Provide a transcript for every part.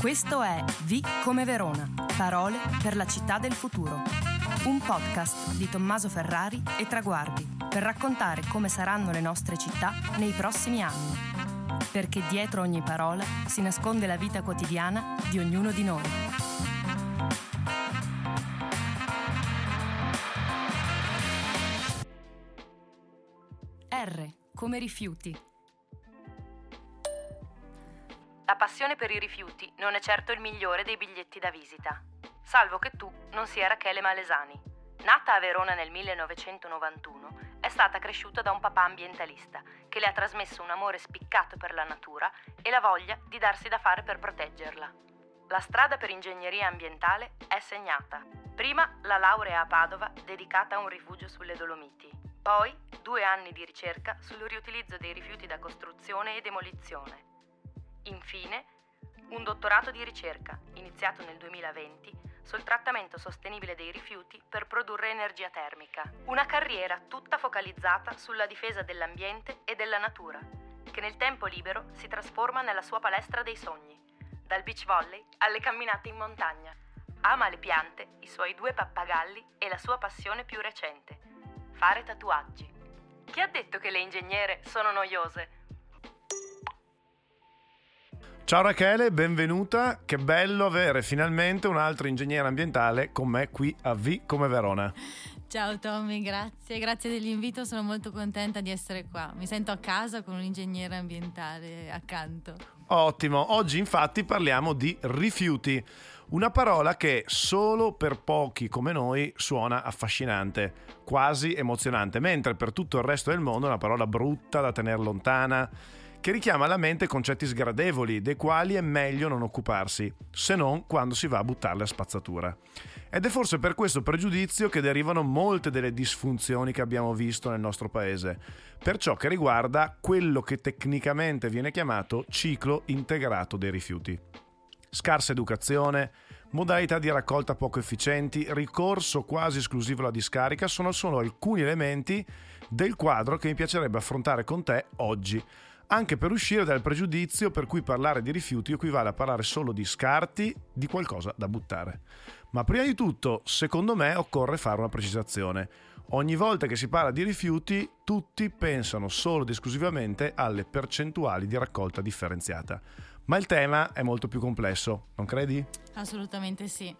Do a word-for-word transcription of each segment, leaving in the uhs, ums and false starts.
Questo è V come Verona, parole per la città del futuro. Un podcast di Tommaso Ferrari e Traguardi per raccontare come saranno le nostre città nei prossimi anni. Perché dietro ogni parola si nasconde la vita quotidiana di ognuno di noi. R come rifiuti. La passione per i rifiuti non è certo il migliore dei biglietti da visita, salvo che tu non sia Rachele Malesani. Nata a Verona nel millenovecentonovantuno, è stata cresciuta da un papà ambientalista che le ha trasmesso un amore spiccato per la natura e la voglia di darsi da fare per proteggerla. La strada per ingegneria ambientale è segnata. Prima la laurea a Padova dedicata a un rifugio sulle Dolomiti, poi due anni di ricerca sul riutilizzo dei rifiuti da costruzione e demolizione. Infine, un dottorato di ricerca, iniziato nel duemilaventi, sul trattamento sostenibile dei rifiuti per produrre energia termica. Una carriera tutta focalizzata sulla difesa dell'ambiente e della natura, che nel tempo libero si trasforma nella sua palestra dei sogni, dal beach volley alle camminate in montagna. Ama le piante, i suoi due pappagalli e la sua passione più recente, fare tatuaggi. Chi ha detto che le ingegnere sono noiose? Ciao Rachele, benvenuta, che bello avere finalmente un altro ingegnere ambientale con me qui a V come Verona. Ciao Tommy, grazie, grazie dell'invito, sono molto contenta di essere qua, mi sento a casa con un ingegnere ambientale accanto. Ottimo, oggi infatti parliamo di rifiuti, una parola che solo per pochi come noi suona affascinante, quasi emozionante, mentre per tutto il resto del mondo è una parola brutta da tenere lontana, che richiama alla mente concetti sgradevoli, dei quali è meglio non occuparsi, se non quando si va a buttarle a spazzatura. Ed è forse per questo pregiudizio che derivano molte delle disfunzioni che abbiamo visto nel nostro paese, per ciò che riguarda quello che tecnicamente viene chiamato ciclo integrato dei rifiuti. Scarsa educazione, modalità di raccolta poco efficienti, ricorso quasi esclusivo alla discarica sono solo alcuni elementi del quadro che mi piacerebbe affrontare con te oggi, anche per uscire dal pregiudizio per cui parlare di rifiuti equivale a parlare solo di scarti, di qualcosa da buttare. Ma prima di tutto, secondo me, occorre fare una precisazione. Ogni volta che si parla di rifiuti, tutti pensano solo ed esclusivamente alle percentuali di raccolta differenziata. Ma il tema è molto più complesso, non credi? Assolutamente sì.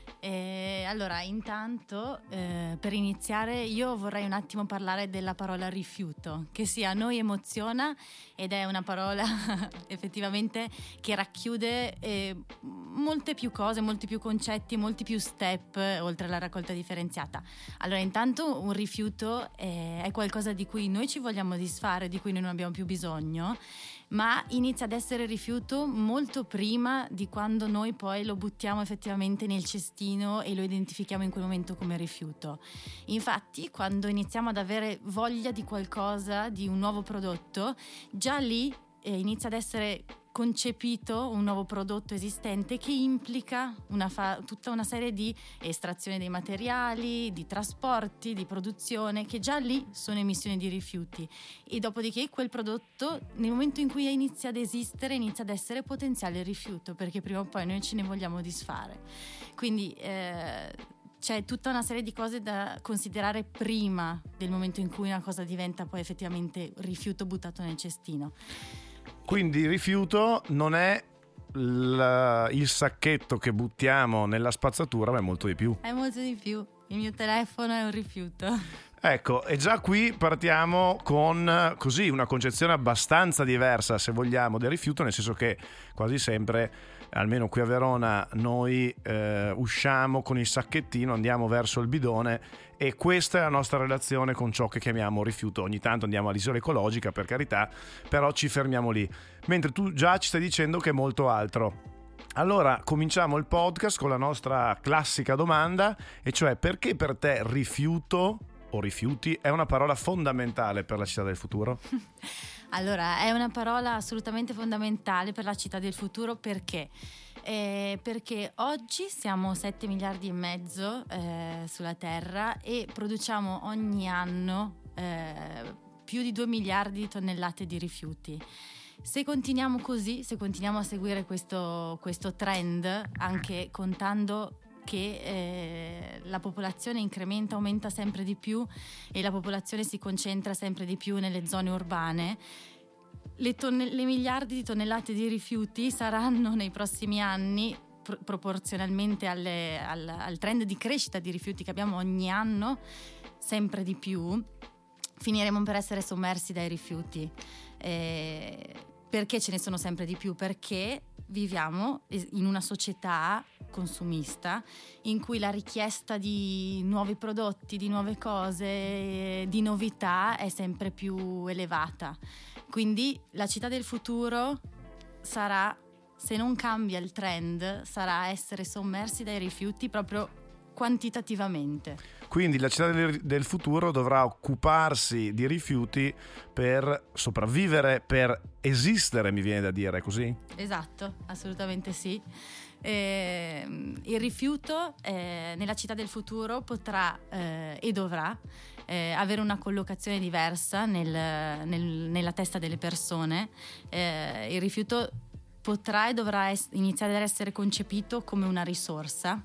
E allora, intanto, eh, per iniziare, io vorrei un attimo parlare della parola rifiuto, che sì, a noi emoziona ed è una parola effettivamente che racchiude eh, molte più cose, molti più concetti, molti più step oltre alla raccolta differenziata. Allora, intanto un rifiuto è, è qualcosa di cui noi ci vogliamo disfare, di cui noi non abbiamo più bisogno, ma inizia ad essere rifiuto molto prima di quando noi poi lo buttiamo effettivamente nel cestino e lo identifichiamo in quel momento come rifiuto. Infatti, quando iniziamo ad avere voglia di qualcosa, di un nuovo prodotto, già lì eh, inizia ad essere concepito un nuovo prodotto esistente che implica una fa- tutta una serie di estrazione dei materiali, di trasporti, di produzione, che già lì sono emissioni di rifiuti, e dopodiché quel prodotto nel momento in cui inizia ad esistere inizia ad essere potenziale rifiuto, perché prima o poi noi ce ne vogliamo disfare. Quindi eh, c'è tutta una serie di cose da considerare prima del momento in cui una cosa diventa poi effettivamente rifiuto buttato nel cestino. Quindi il rifiuto non è il, il sacchetto che buttiamo nella spazzatura, ma è molto di più. È molto di più. Il mio telefono è un rifiuto. Ecco, e già qui partiamo con così una concezione abbastanza diversa, se vogliamo, del rifiuto, nel senso che quasi sempre, almeno qui a Verona, noi eh, usciamo con il sacchettino, andiamo verso il bidone, e questa è la nostra relazione con ciò che chiamiamo rifiuto. Ogni tanto andiamo all'isola ecologica, per carità, però ci fermiamo lì, mentre tu già ci stai dicendo che è molto altro. Allora cominciamo il podcast con la nostra classica domanda, e cioè: perché per te rifiuto o rifiuti è una parola fondamentale per la città del futuro? Allora, è una parola assolutamente fondamentale per la città del futuro. Perché? Eh, perché oggi siamo sette miliardi e mezzo eh, sulla Terra e produciamo ogni anno eh, più di due miliardi di tonnellate di rifiuti. Se continuiamo così, se continuiamo a seguire questo, questo trend, anche contando che eh, la popolazione incrementa, aumenta sempre di più e la popolazione si concentra sempre di più nelle zone urbane, le, tonne- le miliardi di tonnellate di rifiuti saranno nei prossimi anni, pr- proporzionalmente alle, al, al trend di crescita di rifiuti che abbiamo ogni anno, sempre di più, finiremo per essere sommersi dai rifiuti. Eh, perché ce ne sono sempre di più? Perché viviamo in una società consumista in cui la richiesta di nuovi prodotti, di nuove cose, di novità è sempre più elevata. Quindi la città del futuro sarà, se non cambia il trend, sarà essere sommersi dai rifiuti proprio quantitativamente. Quindi la città del, del futuro dovrà occuparsi di rifiuti per sopravvivere, per esistere, mi viene da dire, così? Esatto, assolutamente sì. Eh, il rifiuto eh, nella città del futuro potrà eh, e dovrà eh, avere una collocazione diversa nel, nel, nella testa delle persone. Eh, il rifiuto potrà e dovrà es- iniziare ad essere concepito come una risorsa.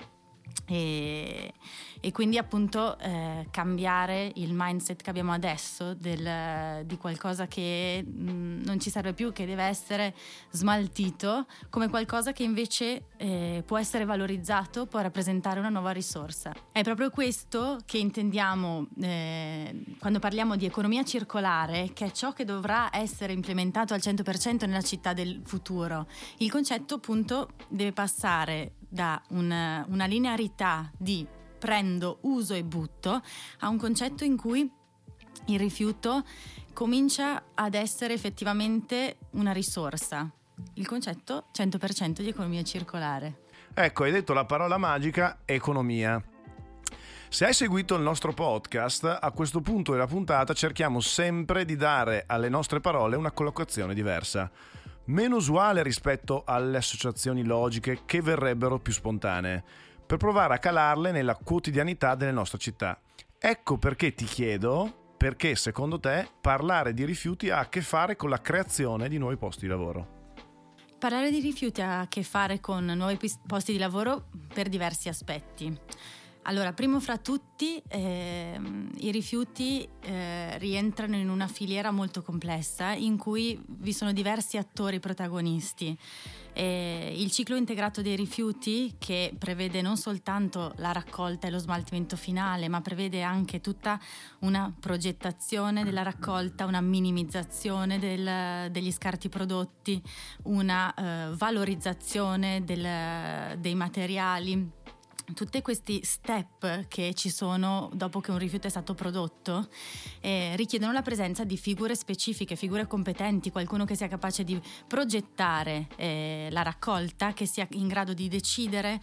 E, e quindi appunto eh, cambiare il mindset che abbiamo adesso del, di qualcosa che mh, non ci serve più, che deve essere smaltito, come qualcosa che invece eh, può essere valorizzato, può rappresentare una nuova risorsa. È proprio questo che intendiamo eh, quando parliamo di economia circolare, che è ciò che dovrà essere implementato al cento per cento nella città del futuro. Il concetto appunto deve passare da una, una linearità di prendo, uso e butto a un concetto in cui il rifiuto comincia ad essere effettivamente una risorsa. Il concetto cento per cento di economia circolare. Ecco, hai detto la parola magica economia. Se hai seguito il nostro podcast, a questo punto della puntata cerchiamo sempre di dare alle nostre parole una collocazione diversa, meno usuale rispetto alle associazioni logiche che verrebbero più spontanee, per provare a calarle nella quotidianità delle nostre città. Ecco perché ti chiedo, perché secondo te parlare di rifiuti ha a che fare con la creazione di nuovi posti di lavoro? Parlare di rifiuti ha a che fare con nuovi posti di lavoro per diversi aspetti. Allora, primo fra tutti, eh, i rifiuti eh, rientrano in una filiera molto complessa in cui vi sono diversi attori protagonisti. Eh, il ciclo integrato dei rifiuti, che prevede non soltanto la raccolta e lo smaltimento finale, ma prevede anche tutta una progettazione della raccolta, una minimizzazione del, degli scarti prodotti, una eh, valorizzazione del, dei materiali. Tutti questi step che ci sono dopo che un rifiuto è stato prodotto eh, richiedono la presenza di figure specifiche, figure competenti, qualcuno che sia capace di progettare eh, la raccolta, che sia in grado di decidere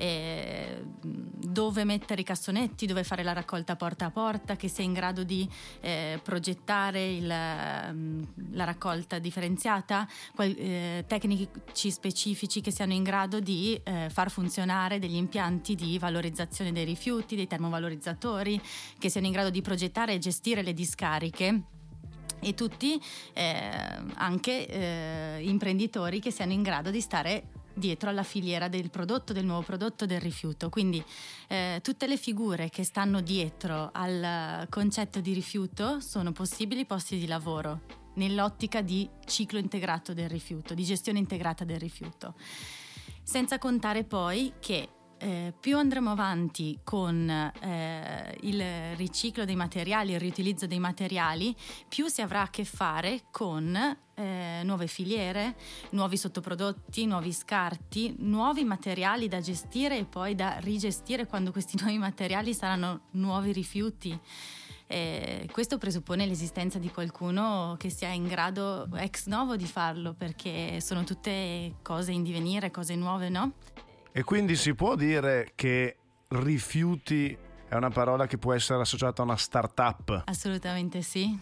eh, dove mettere i cassonetti, dove fare la raccolta porta a porta, che sia in grado di eh, progettare il, la raccolta differenziata, qual, eh, tecnici specifici che siano in grado di eh, far funzionare degli impianti di valorizzazione dei rifiuti, dei termovalorizzatori, che siano in grado di progettare e gestire le discariche, e tutti eh, anche eh, imprenditori che siano in grado di stare dietro alla filiera del prodotto, del nuovo prodotto, del rifiuto. Quindi eh, tutte le figure che stanno dietro al concetto di rifiuto sono possibili posti di lavoro nell'ottica di ciclo integrato del rifiuto, di gestione integrata del rifiuto. Senza contare poi che Eh, più andremo avanti con eh, il riciclo dei materiali, il riutilizzo dei materiali, più si avrà a che fare con eh, nuove filiere, nuovi sottoprodotti, nuovi scarti, nuovi materiali da gestire e poi da rigestire quando questi nuovi materiali saranno nuovi rifiuti. Eh, questo presuppone l'esistenza di qualcuno che sia in grado ex novo di farlo, perché sono tutte cose in divenire, cose nuove, no? E quindi si può dire che rifiuti è una parola che può essere associata a una start-up? Assolutamente sì.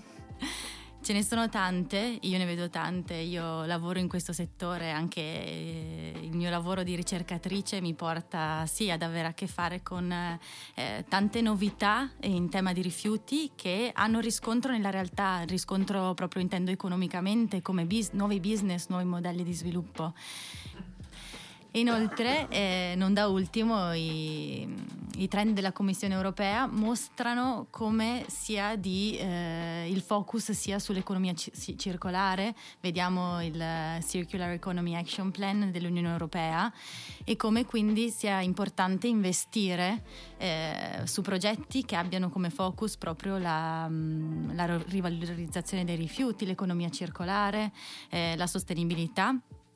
Ce ne sono tante, io ne vedo tante, io lavoro in questo settore, anche il mio lavoro di ricercatrice mi porta sì ad avere a che fare con eh, tante novità in tema di rifiuti che hanno riscontro nella realtà, riscontro proprio intendo economicamente, come bis- nuovi business, nuovi modelli di sviluppo. Inoltre, eh, non da ultimo, i, i trend della Commissione europea mostrano come sia di, eh, il focus sia sull'economia ci- circolare. Vediamo il Circular Economy Action Plan dell'Unione Europea e come quindi sia importante investire eh, su progetti che abbiano come focus proprio la, la rivalorizzazione dei rifiuti, l'economia circolare, eh, la sostenibilità.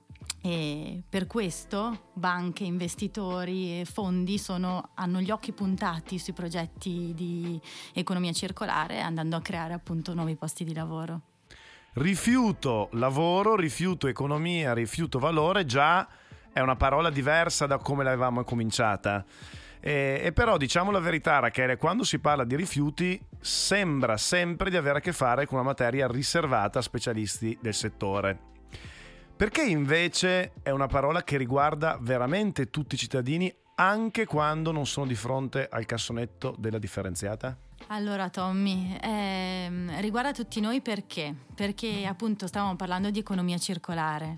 E per questo banche, investitori e fondi sono, hanno gli occhi puntati sui progetti di economia circolare, andando a creare appunto nuovi posti di lavoro. Rifiuto lavoro, rifiuto economia, rifiuto valore già è una parola diversa da come l'avevamo cominciata. E, e però diciamo la verità, Rachele, quando si parla di rifiuti sembra sempre di avere a che fare con una materia riservata a specialisti del settore. Perché invece è una parola che riguarda veramente tutti i cittadini, anche quando non sono di fronte al cassonetto della differenziata? Allora Tommy, ehm, riguarda tutti noi perché? Perché appunto stavamo parlando di economia circolare.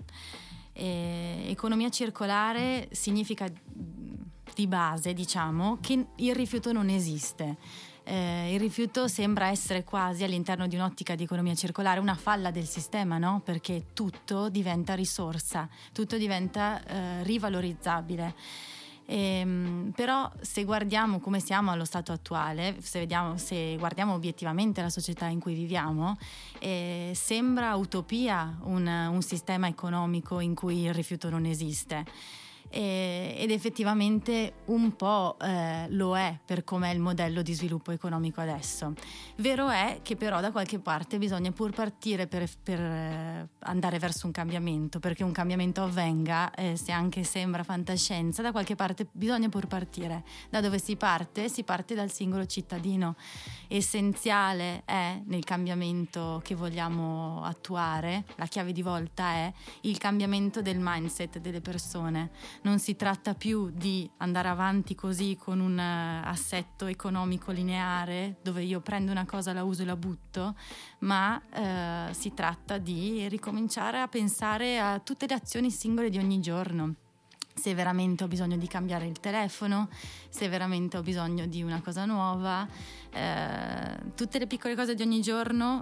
E economia circolare significa di base, diciamo, che il rifiuto non esiste. Eh, il rifiuto sembra essere quasi all'interno di un'ottica di economia circolare una falla del sistema, no? Perché tutto diventa risorsa, tutto diventa eh, rivalorizzabile. Ehm, però se guardiamo come siamo allo stato attuale, se, vediamo, se guardiamo obiettivamente la società in cui viviamo, eh, sembra utopia un, un sistema economico in cui il rifiuto non esiste. E, ed effettivamente un po' eh, lo è per com'è il modello di sviluppo economico adesso. Vero è che però da qualche parte bisogna pur partire per, per eh, andare verso un cambiamento, perché un cambiamento avvenga, eh, se anche sembra fantascienza, da qualche parte bisogna pur partire. Da dove si parte? Si parte dal singolo cittadino. Essenziale è nel cambiamento che vogliamo attuare, la chiave di volta è il cambiamento del mindset delle persone. Non si tratta più di andare avanti così con un assetto economico lineare dove io prendo una cosa, la uso e la butto, ma eh, si tratta di ricominciare a pensare a tutte le azioni singole di ogni giorno. Se veramente ho bisogno di cambiare il telefono, se veramente ho bisogno di una cosa nuova, eh, tutte le piccole cose di ogni giorno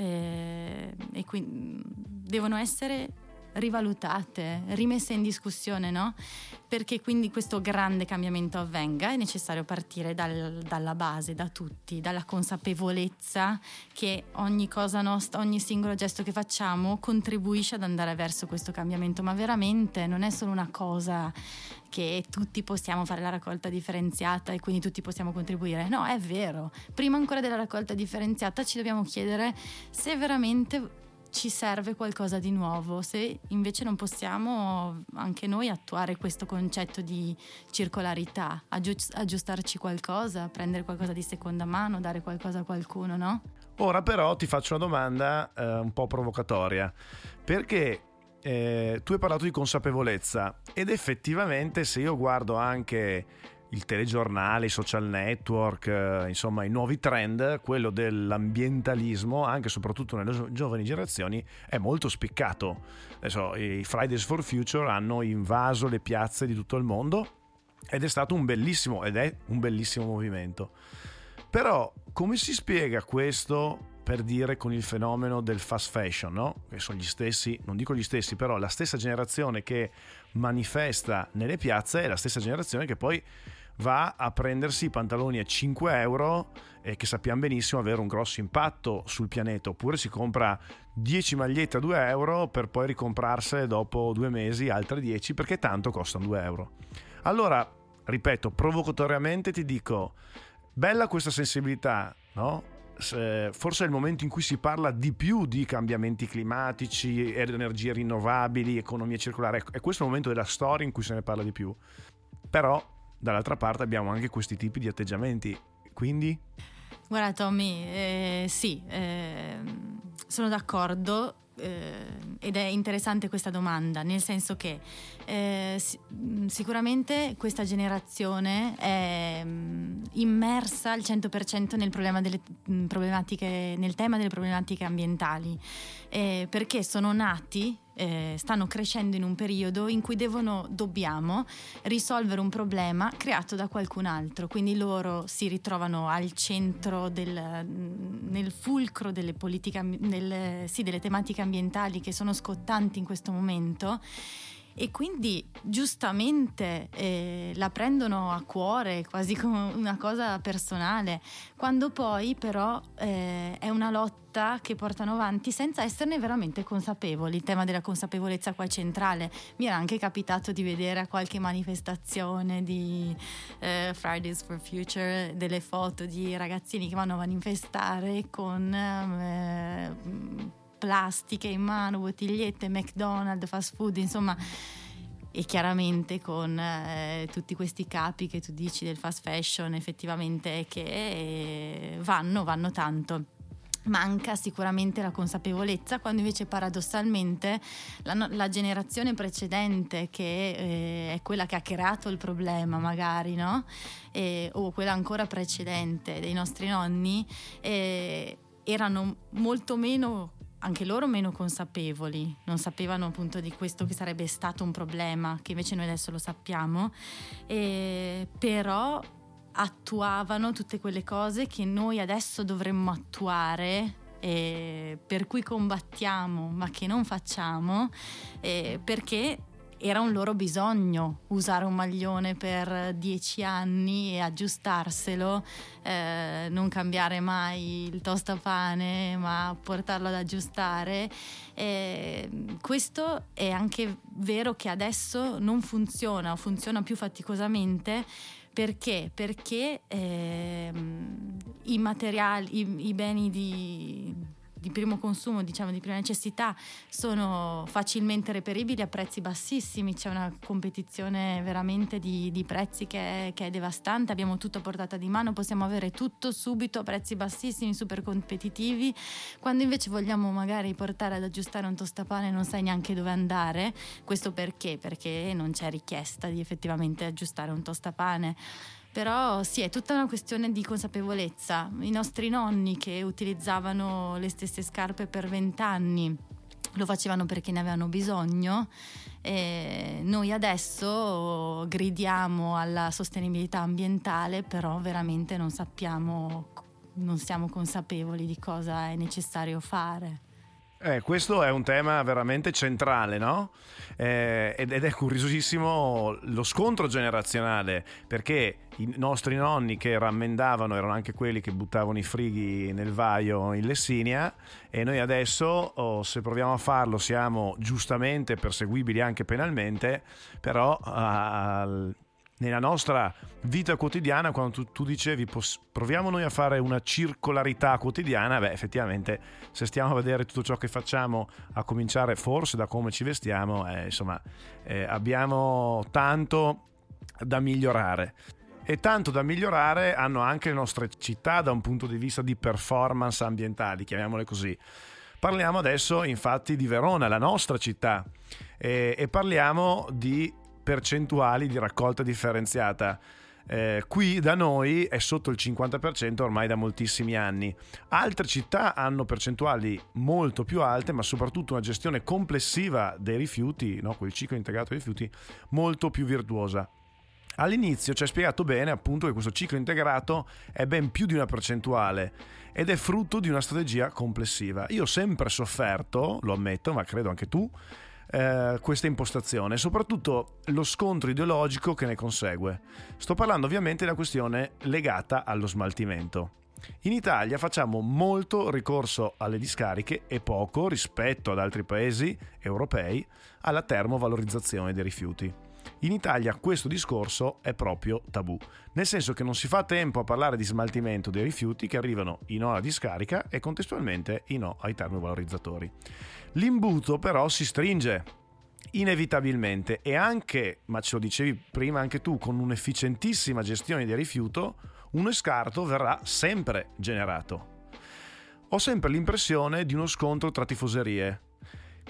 eh, e quindi devono essere rivalutate, rimesse in discussione, no? Perché quindi questo grande cambiamento avvenga è necessario partire dal, dalla base, da tutti, dalla consapevolezza che ogni cosa nostra, ogni singolo gesto che facciamo contribuisce ad andare verso questo cambiamento, ma veramente non è solo una cosa che tutti possiamo fare la raccolta differenziata e quindi tutti possiamo contribuire. No, è vero. Prima ancora della raccolta differenziata ci dobbiamo chiedere se veramente ci serve qualcosa di nuovo, se invece non possiamo anche noi attuare questo concetto di circolarità, aggiust- aggiustarci qualcosa, prendere qualcosa di seconda mano, dare qualcosa a qualcuno, no? Ora però ti faccio una domanda eh, un po' provocatoria, perché eh, tu hai parlato di consapevolezza ed effettivamente se io guardo anche il telegiornale, i social network, eh, insomma i nuovi trend, quello dell'ambientalismo, anche e soprattutto nelle gio- giovani generazioni, è molto spiccato. Adesso i Fridays for Future hanno invaso le piazze di tutto il mondo ed è stato un bellissimo, ed è un bellissimo movimento. Però come si spiega questo, per dire, con il fenomeno del fast fashion, no? Che sono gli stessi, non dico gli stessi, però la stessa generazione che manifesta nelle piazze è la stessa generazione che poi va a prendersi i pantaloni a cinque euro e che sappiamo benissimo avere un grosso impatto sul pianeta, oppure si compra dieci magliette a due euro per poi ricomprarsele dopo due mesi altre dieci perché tanto costano due euro. Allora, ripeto, provocatoriamente ti dico, bella questa sensibilità, no? Forse è il momento in cui si parla di più di cambiamenti climatici, energie rinnovabili, economia circolare, è questo il momento della storia in cui se ne parla di più. Però dall'altra parte abbiamo anche questi tipi di atteggiamenti, quindi? Guarda Tommy, eh, sì, eh, sono d'accordo eh, ed è interessante questa domanda, nel senso che eh, sicuramente questa generazione è immersa al cento per cento nel problema delle problematiche, nel tema delle problematiche ambientali, eh, perché sono nati, eh, stanno crescendo in un periodo in cui devono, dobbiamo risolvere un problema creato da qualcun altro, quindi loro si ritrovano al centro del, nel fulcro delle politiche, nel, sì, delle tematiche ambientali che sono scottanti in questo momento, e quindi giustamente eh, la prendono a cuore quasi come una cosa personale, quando poi però eh, è una lotta che portano avanti senza esserne veramente consapevoli. Il tema della consapevolezza qua è centrale. Mi era anche capitato di vedere a qualche manifestazione di eh, Fridays for Future delle foto di ragazzini che vanno a manifestare con eh, plastiche in mano, bottigliette, McDonald's, fast food, insomma, e chiaramente con eh, tutti questi capi che tu dici del fast fashion, effettivamente, che eh, vanno, vanno tanto. Manca sicuramente la consapevolezza, quando invece paradossalmente la, la generazione precedente, che eh, è quella che ha creato il problema magari, no? E, o quella ancora precedente dei nostri nonni, eh, erano molto meno, anche loro meno consapevoli, non sapevano appunto di questo che sarebbe stato un problema, che invece noi adesso lo sappiamo, e però attuavano tutte quelle cose che noi adesso dovremmo attuare, e per cui combattiamo ma che non facciamo, e perché era un loro bisogno usare un maglione per dieci anni e aggiustarselo, eh, non cambiare mai il tostapane ma portarlo ad aggiustare. Eh, questo è anche vero che adesso non funziona o funziona più faticosamente. Perché? Perché eh, i materiali, i, i beni di, di primo consumo, diciamo di prima necessità, sono facilmente reperibili a prezzi bassissimi. C'è una competizione veramente di, di prezzi che è, che è devastante. Abbiamo tutto a portata di mano, possiamo avere tutto subito a prezzi bassissimi, super competitivi. Quando invece vogliamo magari portare ad aggiustare un tostapane non sai neanche dove andare. Questo perché? Perché non c'è richiesta di effettivamente aggiustare un tostapane. Però sì, è tutta una questione di consapevolezza. I nostri nonni, che utilizzavano le stesse scarpe per vent'anni, lo facevano perché ne avevano bisogno, e noi adesso gridiamo alla sostenibilità ambientale, però veramente non sappiamo, non siamo consapevoli di cosa è necessario fare. Eh, questo è un tema veramente centrale, no? Eh, ed è curiosissimo lo scontro generazionale, perché i nostri nonni che rammendavano erano anche quelli che buttavano i frighi nel vaio in Lessinia, e noi adesso, oh, se proviamo a farlo, siamo giustamente perseguibili anche penalmente, però uh, nella nostra vita quotidiana, quando tu, tu dicevi pos- proviamo noi a fare una circolarità quotidiana, beh, effettivamente se stiamo a vedere tutto ciò che facciamo, a cominciare forse da come ci vestiamo, eh, insomma eh, abbiamo tanto da migliorare. E tanto da migliorare hanno anche le nostre città da un punto di vista di performance ambientali, chiamiamole così. Parliamo adesso infatti di Verona, la nostra città, e, e parliamo di percentuali di raccolta differenziata. Eh, qui da noi è sotto il cinquanta per cento ormai da moltissimi anni. Altre città hanno percentuali molto più alte, ma soprattutto una gestione complessiva dei rifiuti, no, quel ciclo integrato dei rifiuti, molto più virtuosa. All'inizio ci hai spiegato bene appunto che questo ciclo integrato è ben più di una percentuale ed è frutto di una strategia complessiva. Io ho sempre sofferto, lo ammetto, ma credo anche tu, Eh, questa impostazione, soprattutto lo scontro ideologico che ne consegue. Sto parlando ovviamente della questione legata allo smaltimento. In Italia facciamo molto ricorso alle discariche e poco, rispetto ad altri paesi europei, alla termovalorizzazione dei rifiuti. In Italia questo discorso è proprio tabù, nel senso che non si fa tempo a parlare di smaltimento dei rifiuti che arrivano i no alla discarica e contestualmente i no ai termovalorizzatori. L'imbuto però si stringe inevitabilmente, e anche, ma ce lo dicevi prima anche tu, con un'efficientissima gestione del rifiuto, uno scarto verrà sempre generato. Ho sempre l'impressione di uno scontro tra tifoserie.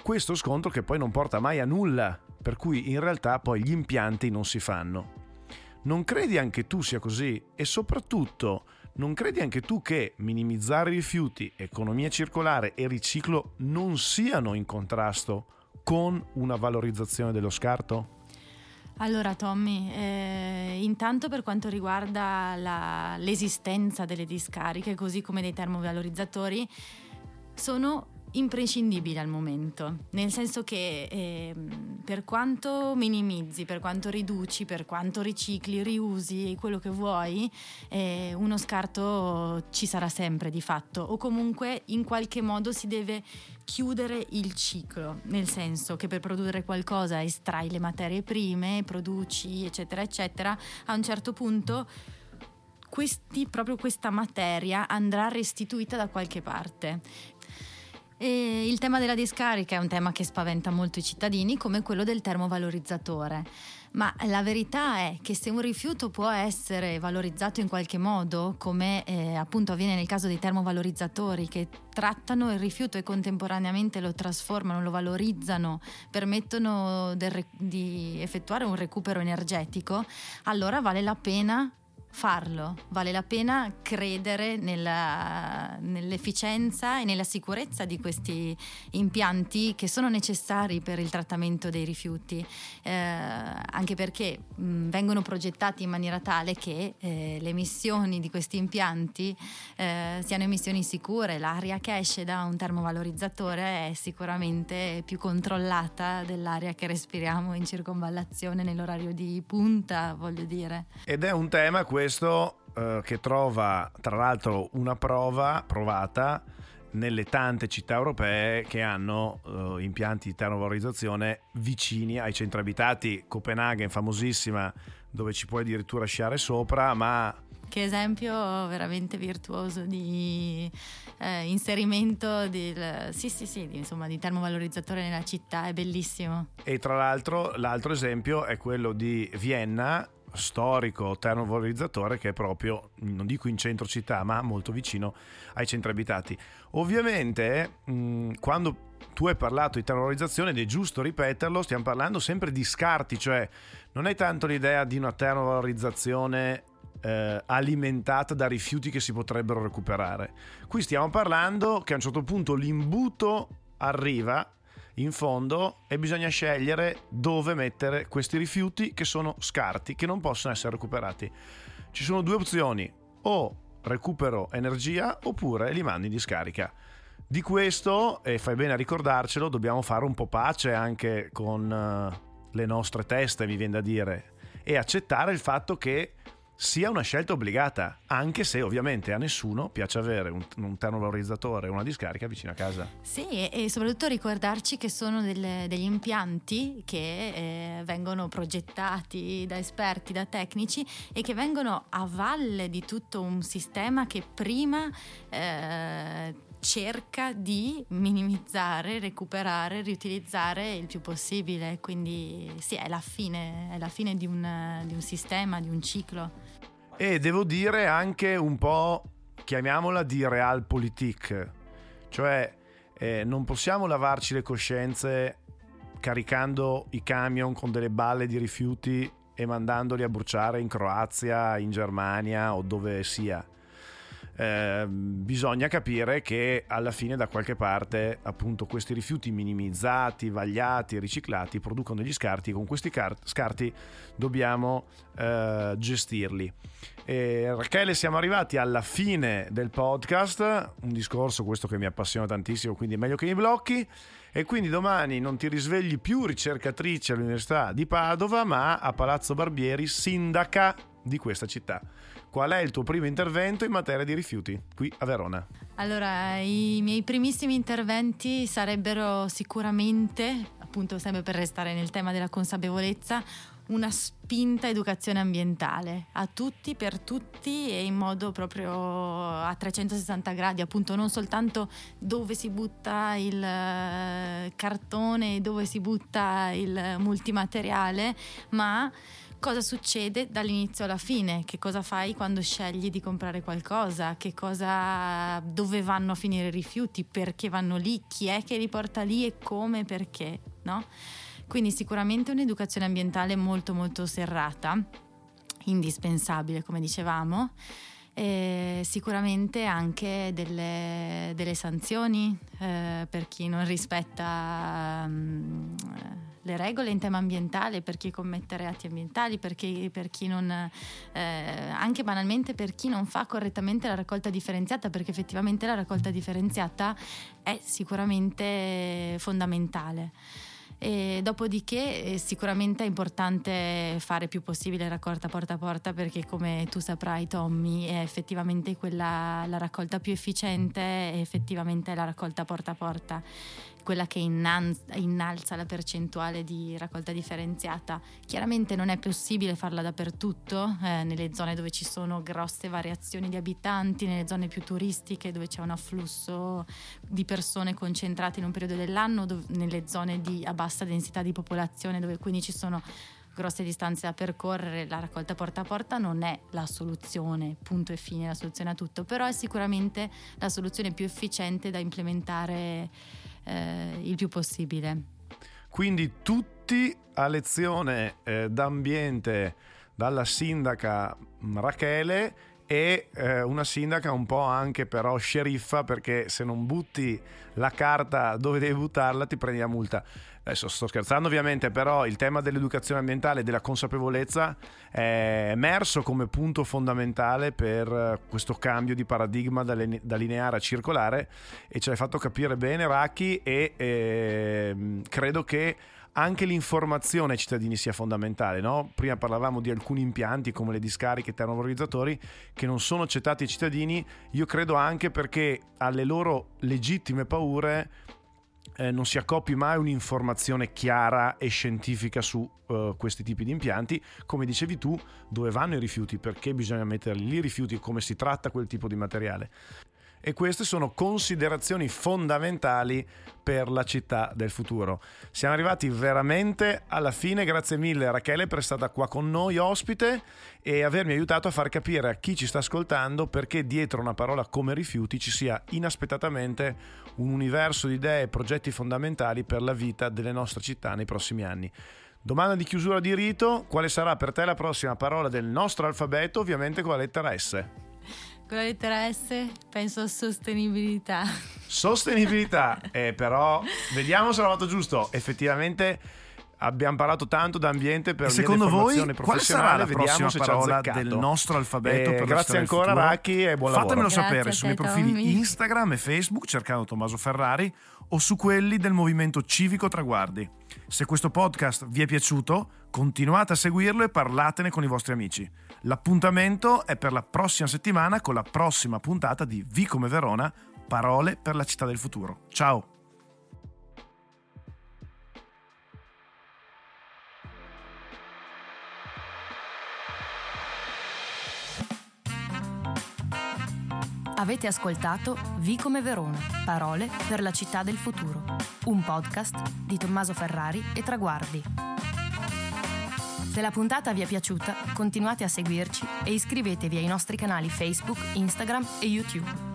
questo scontro che poi non porta mai a nulla, per cui in realtà poi gli impianti non si fanno. Non credi anche tu sia così? E soprattutto, non credi anche tu che minimizzare i rifiuti, economia circolare e riciclo non siano in contrasto con una valorizzazione dello scarto? Allora Tommy, eh, intanto per quanto riguarda la, l'esistenza delle discariche, così come dei termovalorizzatori, sono imprescindibili al momento, nel senso che eh, per quanto minimizzi, per quanto riduci, per quanto ricicli, riusi quello che vuoi, eh, uno scarto ci sarà sempre di fatto, o comunque in qualche modo si deve chiudere il ciclo, nel senso che per produrre qualcosa estrai le materie prime, produci eccetera eccetera, a un certo punto questi, proprio questa materia andrà restituita da qualche parte. E il tema della discarica è un tema che spaventa molto i cittadini, come quello del termovalorizzatore. Ma la verità è che se un rifiuto può essere valorizzato in qualche modo, come eh, appunto avviene nel caso dei termovalorizzatori che trattano il rifiuto e contemporaneamente lo trasformano, lo valorizzano, permettono del, di effettuare un recupero energetico, allora vale la pena farlo, vale la pena credere nella, nell'efficienza e nella sicurezza di questi impianti che sono necessari per il trattamento dei rifiuti, eh, anche perché mh, vengono progettati in maniera tale che eh, le emissioni di questi impianti eh, siano emissioni sicure. L'aria che esce da un termovalorizzatore è sicuramente più controllata dell'aria che respiriamo in circonvallazione nell'orario di punta, voglio dire. Ed è un tema questo Questo eh, che trova tra l'altro una prova provata nelle tante città europee che hanno eh, impianti di termovalorizzazione vicini ai centri abitati. Copenaghen, famosissima, dove ci puoi addirittura sciare sopra, ma che esempio veramente virtuoso di eh, inserimento del, sì sì sì di, insomma, di termovalorizzatore nella città, è bellissimo. E tra l'altro l'altro esempio è quello di Vienna, storico termovalorizzatore che è proprio, non dico in centro città, ma molto vicino ai centri abitati. Ovviamente mh, quando tu hai parlato di termovalorizzazione, ed è giusto ripeterlo, stiamo parlando sempre di scarti, cioè non è tanto l'idea di una termovalorizzazione eh, alimentata da rifiuti che si potrebbero recuperare. Qui stiamo parlando che a un certo punto l'imbuto arriva in fondo e bisogna scegliere dove mettere questi rifiuti che sono scarti, che non possono essere recuperati. Ci sono due opzioni: o recupero energia oppure li mando in discarica. Di questo, e fai bene a ricordarcelo, dobbiamo fare un po' pace anche con uh, le nostre teste, mi viene da dire, e accettare il fatto che sia una scelta obbligata, anche se ovviamente a nessuno piace avere un, un termovalorizzatore o una discarica vicino a casa. Sì, e soprattutto ricordarci che sono delle, degli impianti che eh, vengono progettati da esperti, da tecnici, e che vengono a valle di tutto un sistema che prima eh, cerca di minimizzare, recuperare, riutilizzare il più possibile. Quindi sì, è la fine, è la fine di un, di un sistema, di un ciclo. E devo dire anche un po', chiamiamola di realpolitik, cioè eh, non possiamo lavarci le coscienze caricando i camion con delle balle di rifiuti e mandandoli a bruciare in Croazia, in Germania o dove sia. Eh, bisogna capire che alla fine da qualche parte appunto questi rifiuti minimizzati, vagliati, riciclati producono degli scarti, e con questi car- scarti dobbiamo eh, gestirli. E Rachele, siamo arrivati alla fine del podcast, un discorso questo che mi appassiona tantissimo, quindi è meglio che mi blocchi. E quindi domani non ti risvegli più ricercatrice all'Università di Padova, ma a Palazzo Barbieri, sindaca di questa città. Qual è il tuo primo intervento in materia di rifiuti qui a Verona? Allora, i miei primissimi interventi sarebbero sicuramente, appunto sempre per restare nel tema della consapevolezza, una spinta educazione ambientale a tutti, per tutti e in modo proprio a trecentosessanta gradi, appunto non soltanto dove si butta il cartone, dove si butta il multimateriale, ma cosa succede dall'inizio alla fine, che cosa fai quando scegli di comprare qualcosa, che cosa, dove vanno a finire i rifiuti, perché vanno lì, chi è che li porta lì e come, perché, no? Quindi sicuramente un'educazione ambientale molto molto serrata, indispensabile come dicevamo, e sicuramente anche delle, delle sanzioni eh, per chi non rispetta um, le regole in tema ambientale, per chi commette reati ambientali, per chi, per chi non eh, anche banalmente per chi non fa correttamente la raccolta differenziata, perché effettivamente la raccolta differenziata è sicuramente fondamentale. E dopodiché eh, sicuramente è importante fare più possibile raccolta porta a porta, perché come tu saprai, Tommy, è effettivamente quella la raccolta più efficiente, è effettivamente la raccolta porta a porta, quella che innalza, innalza la percentuale di raccolta differenziata. Chiaramente non è possibile farla dappertutto, eh, nelle zone dove ci sono grosse variazioni di abitanti, nelle zone più turistiche dove c'è un afflusso di persone concentrate in un periodo dell'anno, dove, nelle zone di, a bassa densità di popolazione, dove quindi ci sono grosse distanze da percorrere. La raccolta porta a porta non è la soluzione, punto e fine, la soluzione a tutto, però è sicuramente la soluzione più efficiente da implementare eh, il più possibile. Quindi tutti a lezione eh, d'ambiente dalla sindaca Rachele, e eh, una sindaca un po' anche però sceriffa, perché se non butti la carta dove devi buttarla ti prendi la multa. Adesso sto scherzando ovviamente, però il tema dell'educazione ambientale e della consapevolezza è emerso come punto fondamentale per questo cambio di paradigma da, line- da lineare a circolare, e ce l'hai fatto capire bene, Raki, e eh, credo che anche l'informazione ai cittadini sia fondamentale, no? Prima parlavamo di alcuni impianti come le discariche, termovalorizzatori, che non sono accettati ai cittadini. Io credo anche perché alle loro legittime paure eh, non si accoppi mai un'informazione chiara e scientifica su uh, questi tipi di impianti. Come dicevi tu, dove vanno i rifiuti, perché bisogna metterli lì i rifiuti, come si tratta quel tipo di materiale. E queste sono considerazioni fondamentali per la città del futuro. Siamo arrivati veramente alla fine. Grazie mille Rachele per essere stata qua con noi ospite e avermi aiutato a far capire a chi ci sta ascoltando perché dietro una parola come rifiuti ci sia inaspettatamente un universo di idee e progetti fondamentali per la vita delle nostre città nei prossimi anni. Domanda di chiusura di rito: quale sarà per te la prossima parola del nostro alfabeto, ovviamente con la lettera S? Con la lettera S penso sostenibilità. Sostenibilità, eh, però vediamo se l'ho fatto giusto. Effettivamente abbiamo parlato tanto d'ambiente per e secondo voi quale sarà la vediamo prossima se parola del nostro alfabeto? Eh, per grazie ancora Raki e buon Fatemelo lavoro. sapere Grazie sui a miei te, profili Tommy. Instagram e Facebook cercando Tommaso Ferrari o su quelli del Movimento Civico Traguardi. Se questo podcast vi è piaciuto, continuate a seguirlo e parlatene con i vostri amici. L'appuntamento è per la prossima settimana con la prossima puntata di V come Verona, parole per la città del futuro. Ciao! Avete ascoltato V come Verona, parole per la città del futuro, un podcast di Tommaso Ferrari e Traguardi. Se la puntata vi è piaciuta, continuate a seguirci e iscrivetevi ai nostri canali Facebook, Instagram e YouTube.